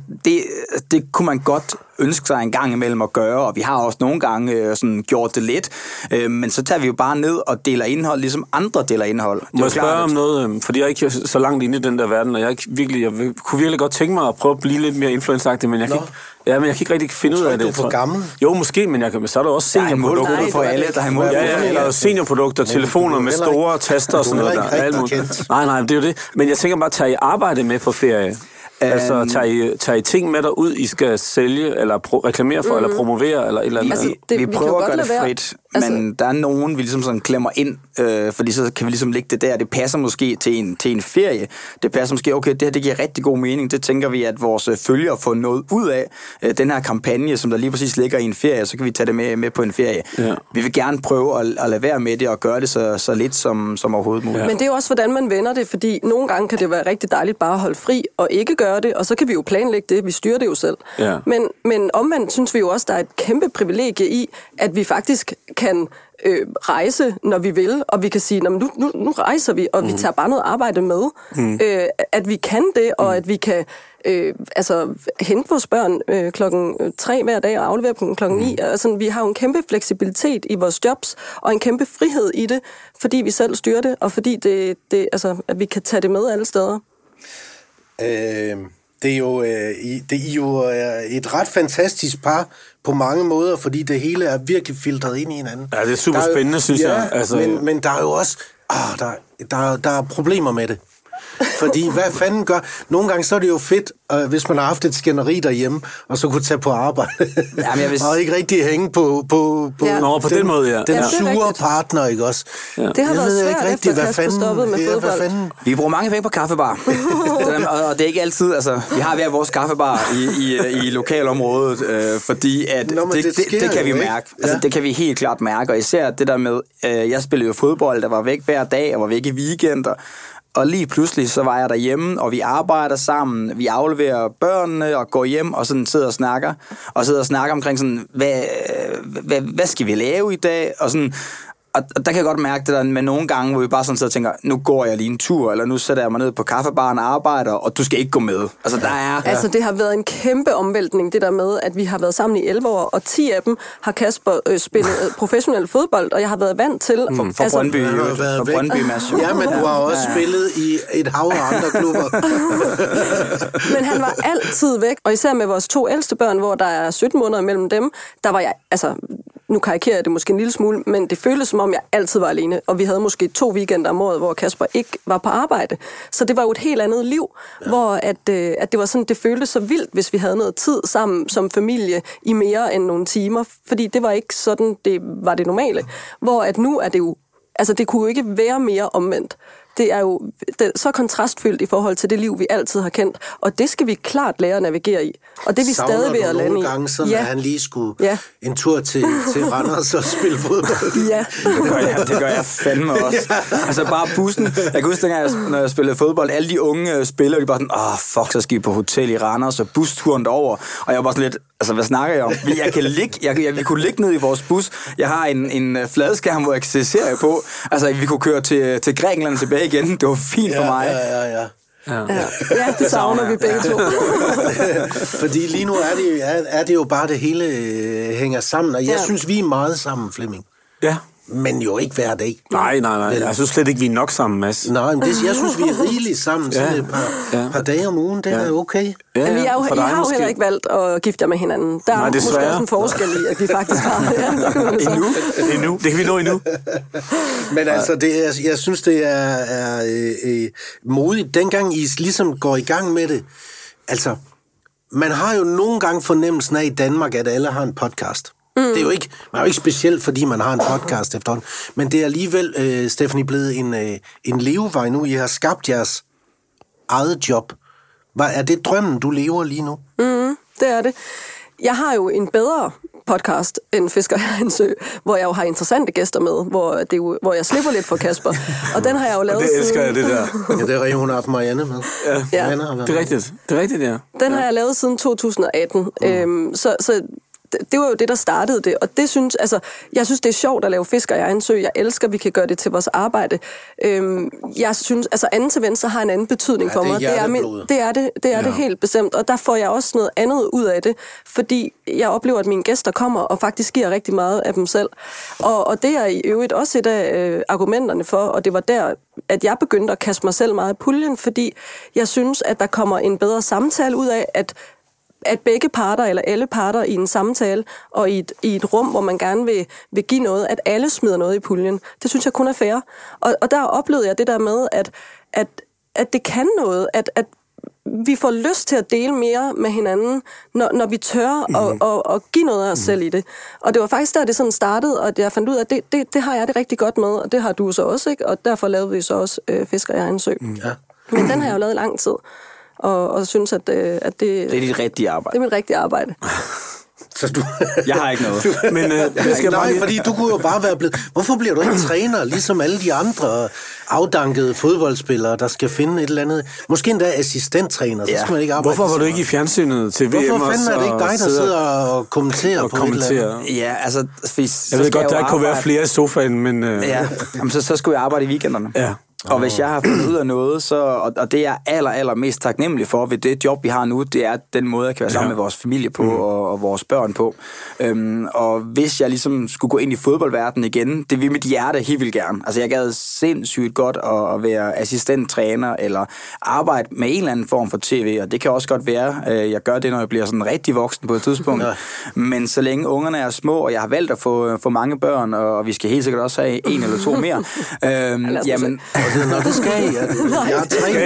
det kunne man godt ønske sig en gang imellem at gøre, og vi har også nogle gange sådan gjort det lidt, men så tager vi jo bare ned og deler indhold, ligesom andre deler indhold. Må jeg spørge om noget, fordi jeg er ikke så langt inde i den der verden, og jeg kunne virkelig godt tænke mig at prøve at blive lidt mere influenceragtig, men jeg kan ikke rigtig finde ud af det. Du er for gammel? Jo, måske, men så er der også seniorprodukter for alle. Der er seniorprodukter, telefoner med store taster og sådan noget der. Nej, det er jo det. Men jeg tænker bare, tager I arbejde med på ferie? Altså, tager I ting med derud, I skal sælge, eller reklamere for, eller promovere, eller et eller andet? Altså, vi prøver at gøre det frit, men der er nogen, vi ligesom sådan klemmer ind, fordi så kan vi ligesom lægge det der. Det passer måske til en ferie. Det passer måske, okay, det her det giver rigtig god mening. Det tænker vi, at vores følgere får noget ud af. Den her kampagne, som der lige præcis ligger i en ferie, så kan vi tage det med på en ferie. Ja. Vi vil gerne prøve at lade være med det, og gøre det så lidt som overhovedet muligt. Ja. Men det er jo også, hvordan man vender det, fordi nogle gange kan det være rigtig dejligt bare at holde fri, og ikke gøre det, og så kan vi jo planlægge det, vi styrer det jo selv. Ja. Men omvendt synes vi jo også, der er et kæmpe privilegie i, at vi faktisk kan rejse, når vi vil, og vi kan sige, nu rejser vi, og vi tager bare noget arbejde med. At vi kan det, og at vi kan hente vores børn 3:00 hver dag og aflevere dem 9:00. Altså, vi har jo en kæmpe fleksibilitet i vores jobs, og en kæmpe frihed i det, fordi vi selv styrer det, og fordi at vi kan tage det med alle steder. Det er jo et ret fantastisk par på mange måder, fordi det hele er virkelig filtreret ind i hinanden. Ja, det er super spændende, synes jeg. Altså... Men der er jo også der er problemer med det. Fordi hvad fanden gør... Nogle gange så er det jo fedt, hvis man har haft et skænderi derhjemme, og så kunne tage på arbejde. Og ikke rigtig hænge på den måde, ja. Den sure partner, ikke også? Ja. Det har været svært efter Kasper stoppede med fodbold. Vi bruger mange penge på kaffebar. Og det er ikke altid... Altså, vi har hver vores kaffebar i lokalområdet, fordi at det kan vi mærke. Ja. Altså, det kan vi helt klart mærke. Og især det der med... jeg spillede jo fodbold, der var væk hver dag, og var væk i weekender. Og lige pludselig, så var jeg derhjemme, og vi arbejder sammen, vi afleverer børnene og går hjem og sådan sidder og snakker omkring sådan, hvad skal vi lave i dag? Og sådan, og der kan jeg godt mærke det der med nogle gange, hvor vi bare sådan sidder og tænker, nu går jeg lige en tur, eller nu sætter jeg mig ned på kaffebaren og arbejder, og du skal ikke gå med. Altså, Altså, det har været en kæmpe omvæltning, det der med, at vi har været sammen i 11 år, og 10 af dem har Kasper spillet professionel fodbold, og jeg har været vant til... For Brøndby, for Brøndby, Mads. Ja, men du har også spillet i et hav af andre klubber. Men han var altid væk, og især med vores 2 ældste børn, hvor der er 17 måneder mellem dem, der var jeg... Altså, nu karikerer jeg det måske en lille smule, men det føltes som om, jeg altid var alene. Og vi havde måske 2 weekender om året, hvor Kasper ikke var på arbejde. Så det var jo et helt andet liv, hvor at det var sådan, det føltes så vildt, hvis vi havde noget tid sammen som familie i mere end nogle timer. Fordi det var ikke sådan, det var det normale. Hvor at nu er det jo, altså det kunne jo ikke være mere omvendt. Det er jo så kontrastfyldt i forhold til det liv, vi altid har kendt. Og det skal vi klart lære at navigere i. Og det er vi stadig ved at lande i. Nogle gange, sådan at han lige skulle en tur til Randers og spille fodbold? Ja. Det gør jeg fandme også. Altså bare bussen. Jeg kan huske, når jeg spillede fodbold, alle de unge spillere, de bare sådan, fuck, så skal vi på hotel i Randers og busturen derover. Og jeg var bare sådan lidt, altså hvad snakker jeg om? Vi kunne ligge ned i vores bus. Jeg har en fladskærm, hvor jeg kan se serie på. Altså vi kunne køre til Grækenland tilbage igen. Det var fint for mig. Ja, det savner vi begge to. Fordi lige nu er det jo bare, det hele hænger sammen. Og jeg synes, vi er meget sammen, Flemming. Ja. Men jo ikke hver dag. Nej. Jeg synes slet ikke, vi er nok sammen, Mads. Nej, men jeg synes, vi er rigeligt sammen sådan et par dage om ugen. Det er okay. Ja, men I har jo heller ikke valgt at gifte jer med hinanden. Der er måske også en forskel i, at vi faktisk har endnu. Det kan vi nå endnu. Men altså, jeg synes, det er modigt. Dengang I ligesom går i gang med det, altså, man har jo nogle gange fornemmelsen af i Danmark, at alle har en podcast. Det er jo ikke, man er jo ikke specielt, fordi man har en podcast efterhånden, men det er alligevel, Stephanie, blevet en levevej nu. I har skabt jeres eget job. Er det drømmen, du lever lige nu? Det er det. Jeg har jo en bedre podcast end Fisker i en sø, hvor jeg jo har interessante gæster med, hvor jeg slipper lidt for Kasper. Og den har jeg jo lavet det elsker jeg, det der. Ja, det er rigtigt, hun har haft Marianne med. Ja. Det er rigtigt, ja. Den har jeg lavet siden 2018. Så det var jo det, der startede det, og det jeg synes, det er sjovt at lave Fisker i egen sø. Jeg elsker, at vi kan gøre det til vores arbejde. Jeg synes, anden til venstre har en anden betydning for mig. Det er det helt bestemt, og der får jeg også noget andet ud af det, fordi jeg oplever, at mine gæster kommer og faktisk giver rigtig meget af dem selv. Og det er i øvrigt også et af argumenterne for, og det var der, at jeg begyndte at kaste mig selv meget i puljen, fordi jeg synes, at der kommer en bedre samtale ud af, at begge parter, eller alle parter i en samtale, og i et rum, hvor man gerne vil give noget, at alle smider noget i puljen. Det synes jeg kun er fair. Og der oplevede jeg det der med, at det kan noget, at vi får lyst til at dele mere med hinanden, når vi tør at give noget af os selv i det. Og det var faktisk der, det sådan startede, og jeg fandt ud af, at det har jeg det rigtig godt med, og det har du så også, ikke? Og derfor lavede vi så også Fisker i egen sø. Ja. Men den har jeg jo lavet i lang tid. Og synes, at det er dit rigtige arbejde. Det er mit rigtige arbejde. Så du... Jeg har ikke noget. Men fordi du kunne jo bare være blevet... Hvorfor bliver du ikke træner, ligesom alle de andre afdankede fodboldspillere, der skal finde et eller andet... Måske endda assistenttræner, så skal man ikke arbejde. Hvorfor var du ikke i fjernsynet til VM? Hvorfor fanden er det ikke dig, der sidder og kommenterer på et eller andet? Ja, altså... Jeg ved godt, der ikke kunne være flere i sofaen, men... Ja, så skulle jeg arbejde i weekenderne. Ja. Og hvis jeg har fundet ud af noget, og det er aller mest taknemmelig for ved det job, vi har nu, det er den måde, jeg kan være sammen med vores familie på og vores børn på. Og hvis jeg ligesom skulle gå ind i fodboldverdenen igen, det vil mit hjerte helt vildt gerne. Altså jeg gad sindssygt godt at være assistenttræner eller arbejde med en eller anden form for tv, og det kan også godt være, jeg gør det, når jeg bliver sådan rigtig voksen på et tidspunkt. Ja. Men så længe ungerne er små, og jeg har valgt at få mange børn, og vi skal helt sikkert også have 1 eller 2 mere, jamen... Nå, det skal I. Jeg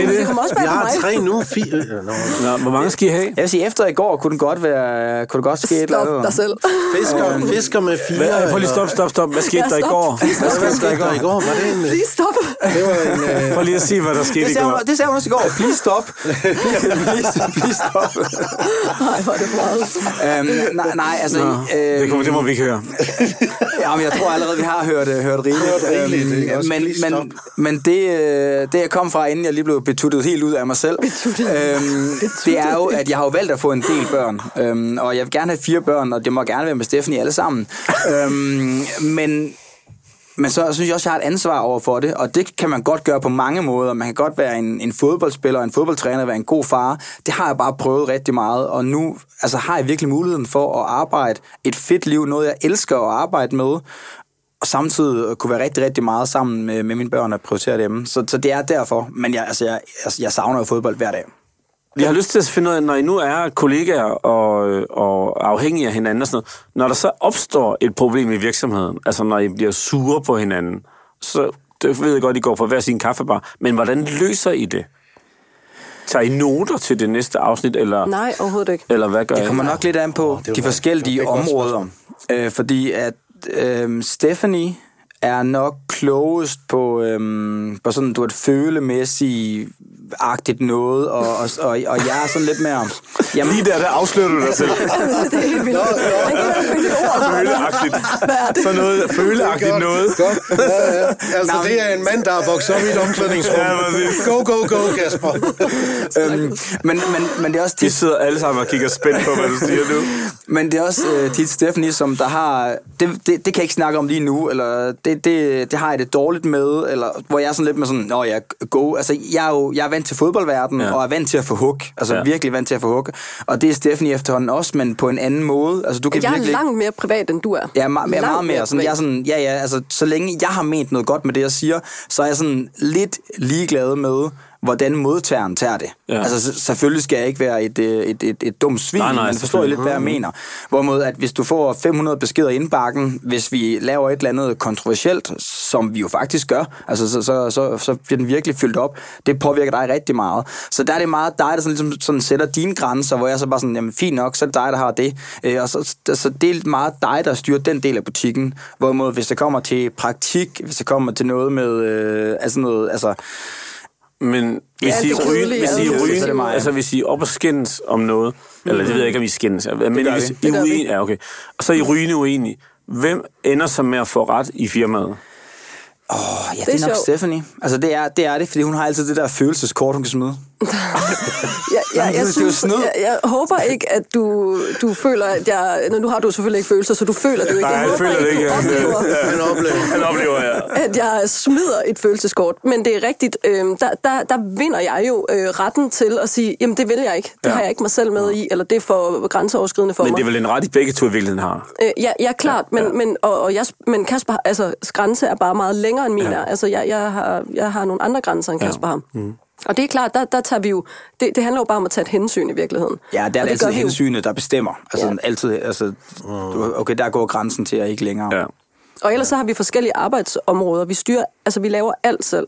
har 3 nu. 4. Hvor mange skal I have? Jeg vil sige, efter i går kunne det godt ske et eller andet. Stop dig selv. Fisker med 4. Prøv lige stop. Hvad skete der i går? Hvad skete der i går? Var det en... Please stop. Det var en... Prøv lige at sige, hvad der skete i går. Det sagde hun også i går. Please stop. Please stop. Nej, hvor er det meget. Nej, altså... Det må vi ikke høre. Ja, men jeg tror allerede, vi har hørt rigeligt. Men det jeg kom fra, inden jeg lige blev betuttet helt ud af mig selv, det er jo, at jeg har jo valgt at få en del børn. Og jeg vil gerne have 4 børn, og det må gerne være med Stephanie alle sammen. Men så synes jeg også, at jeg har et ansvar over for det, og det kan man godt gøre på mange måder. Man kan godt være en fodboldspiller, en fodboldtræner, være en god far. Det har jeg bare prøvet rigtig meget, og nu har jeg virkelig muligheden for at arbejde et fedt liv, noget jeg elsker at arbejde med, og samtidig kunne være rigtig, rigtig meget sammen med mine børn og prioritere dem. Så det er derfor. Men jeg savner jo fodbold hver dag. Vi har lyst til at finde ud af, når I nu er kollegaer og afhængige af hinanden og sådan noget, når der så opstår et problem i virksomheden, altså når I bliver sure på hinanden, så det ved jeg godt, I går på hver sin kaffebar, men hvordan løser I det? Tager I noter til det næste afsnit, eller? Nej, overhovedet ikke. Eller hvad gør I? Det kommer nok lidt an på de forskellige områder, fordi at Stephanie er nok klogest på sådan, du ved, følemæssigt-agtigt noget, og jeg er sådan lidt mere... Jamen, lige der afslører du dig selv. Det er helt vildt. Føleagtigt. Sådan noget føleagtigt noget. Godt. Ja. Altså, det er en mand, der er vokset op i et omklædningsrum. Go, Kasper. Men det er også tit... Vi sidder alle sammen og kigger spændt på, hvad du siger nu. Men det er også tit Stephanie, som der har... Det kan jeg ikke snakke om lige nu, eller det har jeg det dårligt med, eller hvor jeg er sådan lidt med sådan, altså jeg er vant til fodboldverdenen, og er vant til at få hug. Altså virkelig vant til at få hug. Og det er Stephanie efterhånden også, men på en anden måde. Altså, du kan jeg er langt mere privat, end du er. Ja, meget mere. Sådan, jeg er sådan, altså så længe jeg har ment noget godt med det, jeg siger, så er jeg sådan lidt ligeglad med, hvordan modtageren tager det. Ja. Altså selvfølgelig skal jeg ikke være et dumt svin, men forstår lidt, hvad jeg mener. Hvorimod, at hvis du får 500 beskeder i indbakken, hvis vi laver et eller andet kontroversielt, som vi jo faktisk gør, altså så bliver den virkelig fyldt op. Det påvirker dig rigtig meget. Så der er det meget dig, der sådan sætter dine grænser, hvor jeg så bare sådan, jamen fint nok, så er det dig, der har det. Og så det er meget dig, der styrer den del af butikken. Hvorimod, hvis det kommer til praktik, hvis det kommer til noget med, men hvis I op og skændes om noget, eller det ved jeg ikke, om I skændes, men hvis I er uenige, ja, okay. Og så er I rygende uenige. Hvem ender så med at få ret i firmaet? Det er nok Stephanie. Altså det er det, fordi hun har altid det der følelseskort, hun kan smide. Jeg håber ikke, at du føler, at nu har du selvfølgelig ikke følelser, så du føler det jo ikke. Nej, jeg føler det ikke. Han oplever, at jeg smider et følelseskort. Men det er rigtigt, der vinder jeg jo retten til at sige, jamen det vil jeg ikke. Det har jeg ikke mig selv med i, eller det er for grænseoverskridende for mig. Men det er vel en ret, I begge to i virkeligheden har? Ja, klart. Men Kasper, altså grænse er bare meget længere end min er. Altså jeg har nogle andre grænser, end Kasper har. Og det er klart, der tager vi jo... Det handler jo bare om at tage et hensyn i virkeligheden. Ja, der er altid hensynet, der bestemmer. Altså altid... Okay, der går grænsen til, at ikke længere... Ja. Og ellers så har vi forskellige arbejdsområder. Vi styrer, altså vi laver alt selv,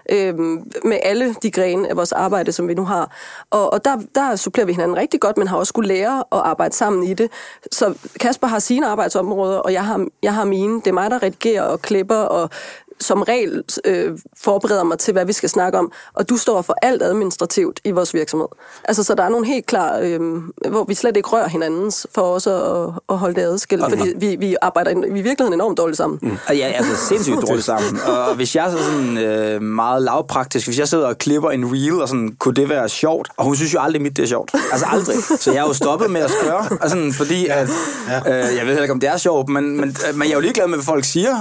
med alle de grene af vores arbejde, som vi nu har. Og der supplerer vi hinanden rigtig godt, men har også skulle lære at arbejde sammen i det. Så Kasper har sine arbejdsområder, og jeg har mine. Det er mig, der redigerer og klipper og som regel forbereder mig til, hvad vi skal snakke om, og du står for alt administrativt i vores virksomhed. Altså, så der er nogle helt klar, hvor vi slet ikke rører hinandens, for også at holde det adskilt, fordi vi arbejder i virkeligheden enormt dårligt sammen. Ja, altså sindssygt dårligt sammen. Og hvis jeg er sådan meget lavpraktisk, hvis jeg sidder og klipper en reel, og sådan, kunne det være sjovt? Og hun synes jo aldrig, mit det er sjovt. Altså aldrig. Så jeg er jo stoppet med at spørge, altså, fordi at, jeg ved ikke, om det er sjovt, men jeg er jo ligeglad med, hvad folk siger,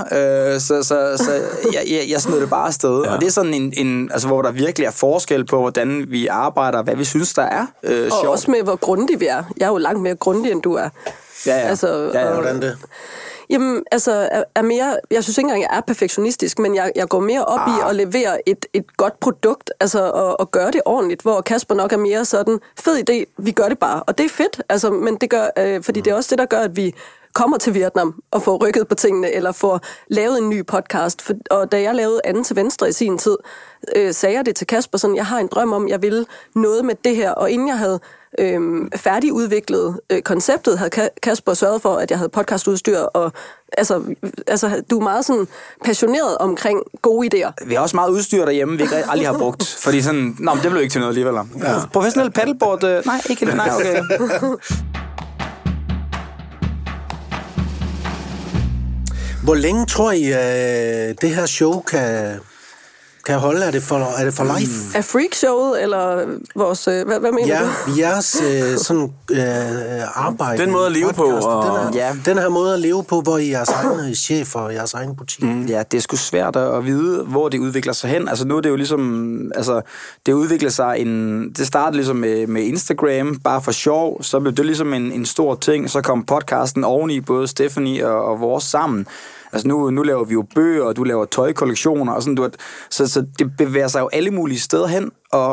så jeg smider det bare afsted. Og det er sådan altså, hvor der virkelig er forskel på, hvordan vi arbejder, hvad vi synes, der er sjovt. Og også med, hvor grundige vi er. Jeg er jo langt mere grundig, end du er. Ja. Altså, hvordan det? Jamen, altså, jeg synes ikke engang, jeg er perfektionistisk, men jeg går mere op i at levere et godt produkt, altså og gøre det ordentligt, hvor Kasper nok er mere sådan, fed idé, vi gør det bare, og det er fedt, altså, men det gør, fordi det er også det, der gør, at vi kommer til Vietnam og får rykket på tingene, eller får lavet en ny podcast. Og da jeg lavede Anden til Venstre i sin tid, sagde jeg det til Kasper sådan, jeg har en drøm om, jeg vil noget med det her, og inden jeg havde færdigudviklet konceptet, havde Kasper sørget for, at jeg havde podcastudstyr, og altså, du er meget sådan passioneret omkring gode idéer. Vi har også meget udstyr derhjemme, vi aldrig har brugt, fordi sådan, men det blev ikke til noget alligevel. Ja. Professionel paddleboard, nej, okay. Hvor længe tror I, det her show kan holde? Er det for life? Er freakshowet, eller vores... Hvad mener du? Ja, jeres arbejde. Den måde at leve på. Den her måde at leve på, hvor I er jeres egen chef og jeres egen butik. Ja, det er sgu svært at vide, hvor det udvikler sig hen. Altså nu er det jo ligesom... Altså, det udvikler sig det startede ligesom med Instagram, bare for sjov. Så blev det ligesom en stor ting. Så kom podcasten oveni, både Stephanie og vores sammen. Altså nu laver vi jo bøger, og du laver tøjkollektioner, og sådan, så det bevæger sig jo alle mulige steder hen, og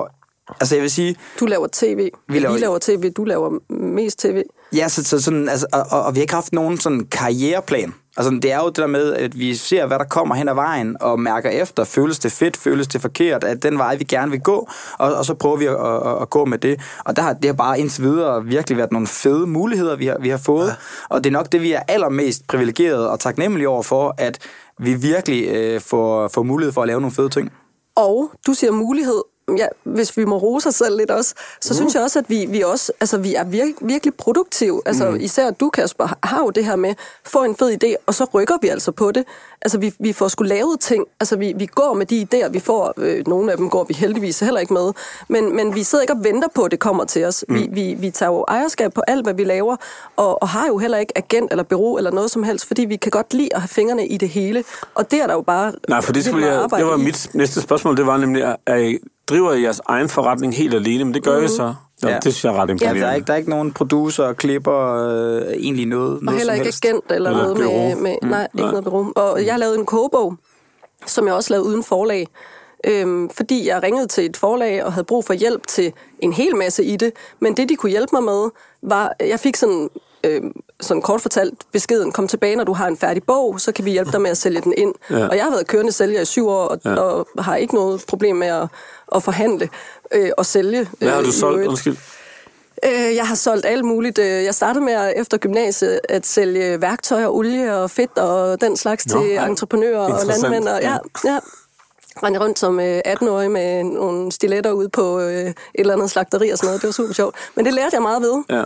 Altså jeg vil sige... Du laver tv. Vi laver tv. Du laver mest tv. Ja, så sådan, altså, og vi har ikke haft nogen sådan karriereplan. Altså, det er jo det der med, at vi ser, hvad der kommer hen ad vejen, og mærker efter, føles det fedt, føles det forkert, at den vej, vi gerne vil gå, og så prøver vi at gå med det. Og det har bare indtil videre virkelig været nogle fede muligheder, vi har fået. Ja. Og det er nok det, vi er allermest privilegerede og taknemmelige over for, at vi virkelig får mulighed for at lave nogle fede ting. Og du siger mulighed. Ja, hvis vi må rose os selv lidt også, så synes jeg også, at vi også, altså vi er virkelig produktive. Altså især du, Kasper, har jo det her med, få en fed idé, og så rykker vi altså på det. Altså vi får sgu lavet ting, altså vi går med de idéer, vi får, nogle af dem går vi heldigvis heller ikke med, men vi sidder ikke og venter på, at det kommer til os. Vi tager jo ejerskab på alt, hvad vi laver, og har jo heller ikke agent eller bureau eller noget som helst, fordi vi kan godt lide at have fingrene i det hele, og det er der jo bare... Nej, for det var mit næste spørgsmål, det var nemlig, at driver I jeres egen forretning helt alene, men det gør I så. Ja. Det synes jeg er ret imponerende. Ja, der er ikke nogen producer, klipper, egentlig noget. Og heller ikke agent eller noget med nej, ikke noget bureau. Og jeg har lavet en kogebog, som jeg også lavede uden forlag. Fordi jeg ringede til et forlag og havde brug for hjælp til en hel masse i det. Men det, de kunne hjælpe mig med, var, jeg fik sådan kort fortalt beskeden, kom tilbage, når du har en færdig bog, så kan vi hjælpe dig med at sælge den ind. Ja. Og jeg har været kørende sælger i 7 år, og har ikke noget problem med at forhandle og sælge. Hvad har du solgt? Undskyld. Jeg har solgt alt muligt. Jeg startede med efter gymnasiet at sælge værktøj og olie og fedt og den slags til entreprenører og landmænd. Ja. Rendte rundt som 18-årig med nogle stiletter ude på et eller andet slagteri og sådan noget. Det var super sjovt. Men det lærte jeg meget ved. Ja.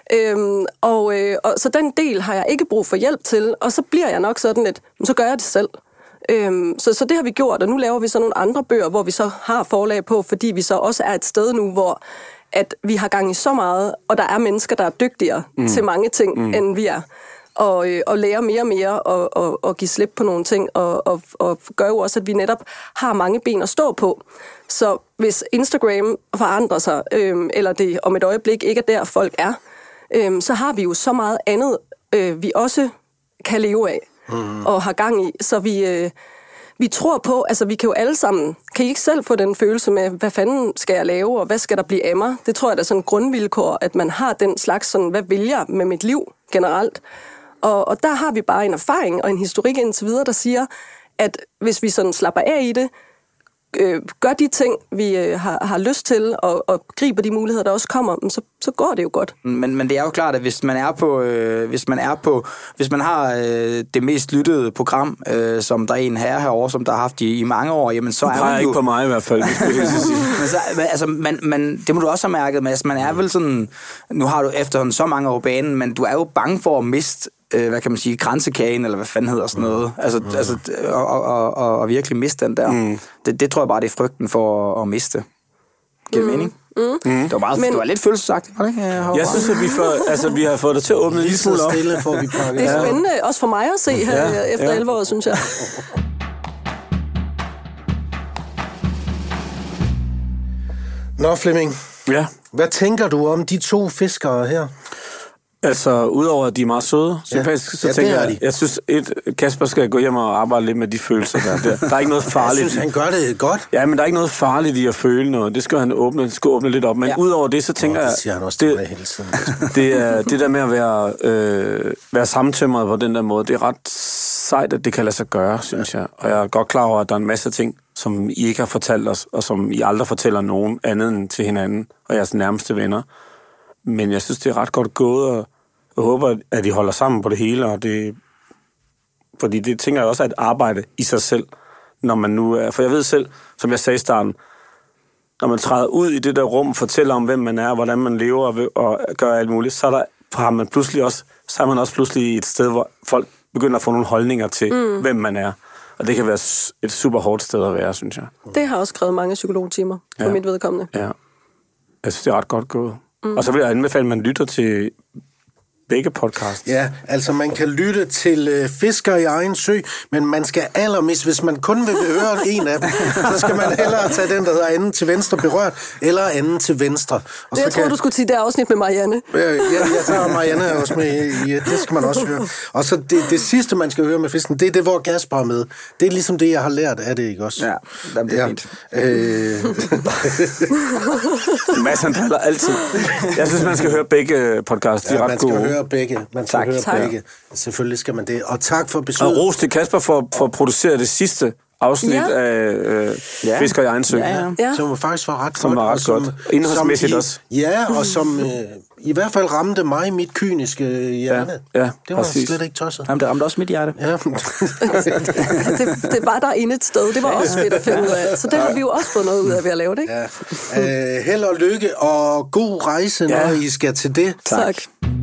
Og så den del har jeg ikke brug for hjælp til, og så bliver jeg nok sådan lidt, så gør jeg det selv. Så det har vi gjort, og nu laver vi så nogle andre bøger, hvor vi så har forlag på, fordi vi så også er et sted nu, hvor at vi har gang i så meget, og der er mennesker, der er dygtigere til mange ting, end vi er. Og lære mere og mere, og give slip på nogle ting, og gør jo også, at vi netop har mange ben at stå på. Så hvis Instagram forandrer sig, eller det om et øjeblik ikke er der, folk er, så har vi jo så meget andet, vi også kan leve af, og har gang i. Så vi tror på, altså vi kan jo alle sammen, kan I ikke selv få den følelse med, hvad fanden skal jeg lave, og hvad skal der blive af mig? Det tror jeg, der er sådan en grundvilkår, at man har den slags sådan, hvad vil jeg med mit liv generelt? Og der har vi bare en erfaring og en historik indtil videre, der siger, at hvis vi sådan slapper af i det, gør de ting, vi har lyst til, og griber de muligheder, der også kommer, så går det jo godt. Men det er jo klart, at hvis man har det mest lyttede program, som der er en herovre, som der har haft i mange år, jamen så er man jo... ikke på mig i hvert fald, det må du også have mærket, Mads. Man er vel sådan... Nu har du efterhånden så mange år banen, men du er jo bange for at miste hvad kan man sige, kransekagen, eller hvad fanden hedder sådan noget. Altså og virkelig miste den der. Det tror jeg bare, det er frygten for at miste. Giver det mening? Det var lidt følelsesagtigt, var det ikke? Jeg synes, at vi har fået det til at åbne en lille smule op. Det er spændende, også for mig at se her efter 11 år, synes jeg. Nå, Flemming. Ja. Hvad tænker du om de 2 fiskere her? Altså, udover at de er meget søde, sympatiske, så tænker jeg synes, Kasper skal gå hjem og arbejde lidt med de følelser, der er ikke noget farligt. Jeg synes, han gør det godt. Ja, men der er ikke noget farligt i at føle noget. Det skal han åbne lidt op. Men udover det, så tænker jeg... Det siger han også til mig hele tiden. Det er det der med at være sammentømret på den der måde. Det er ret sejt, at det kan lade sig gøre, synes jeg. Og jeg er godt klar over, at der er en masse ting, som I ikke har fortalt os, og som I aldrig fortæller nogen andet end til hinanden og jeres nærmeste venner. Men jeg synes, det er ret godt gået, og jeg håber, at de holder sammen på det hele, og fordi det tænker jeg også er et arbejde i sig selv, når man nu er... For jeg ved selv, som jeg sagde i starten, når man træder ud i det der rum, fortæller om, hvem man er, hvordan man lever og gør alt muligt, så er man også pludselig i et sted, hvor folk begynder at få nogle holdninger til, hvem man er. Og det kan være et super hårdt sted at være, synes jeg. Det har også krævet mange psykologtimer for mit vedkommende. Ja. Jeg synes, det er ret godt gået. Og så vil jeg anbefale, at man lytter til begge podcasts. Ja, altså man kan lytte til Fisker i egen sø, men man skal allermest, hvis man kun vil høre en af dem, så skal man hellere tage den, der hedder anden til venstre berørt, eller anden til venstre. Og jeg tror, du skulle sige det afsnit med Marianne. Jeg tager Marianne også med i det skal man også høre. Og så det sidste, man skal høre med fisken, det er det, hvor Kasper er med. Det er ligesom det, jeg har lært af det, ikke også? Ja, det er fint. Mads, han taler altid. Jeg synes, man skal høre begge podcasts. De er ret gode. Man skal høre begge. Man skal høre begge. Selvfølgelig skal man det. Og tak for besøget. Og ros til Kasper for at producere det sidste afsnit af Fisker i egen sø. Ja. Som faktisk var ret som godt. Var ret godt. Indholdsmæssigt også. Ja, og som i hvert fald ramte mig mit kyniske hjerte. Ja, det var slet ikke tosset. Jamen, det ramte også mit hjerte. Ja. det var der inde et sted. Det var også fedt at finde ud af. Så det har vi jo også fået noget ud af ved at lave det, ikke? Ja. Held og lykke og god rejse, når I skal til det. Tak.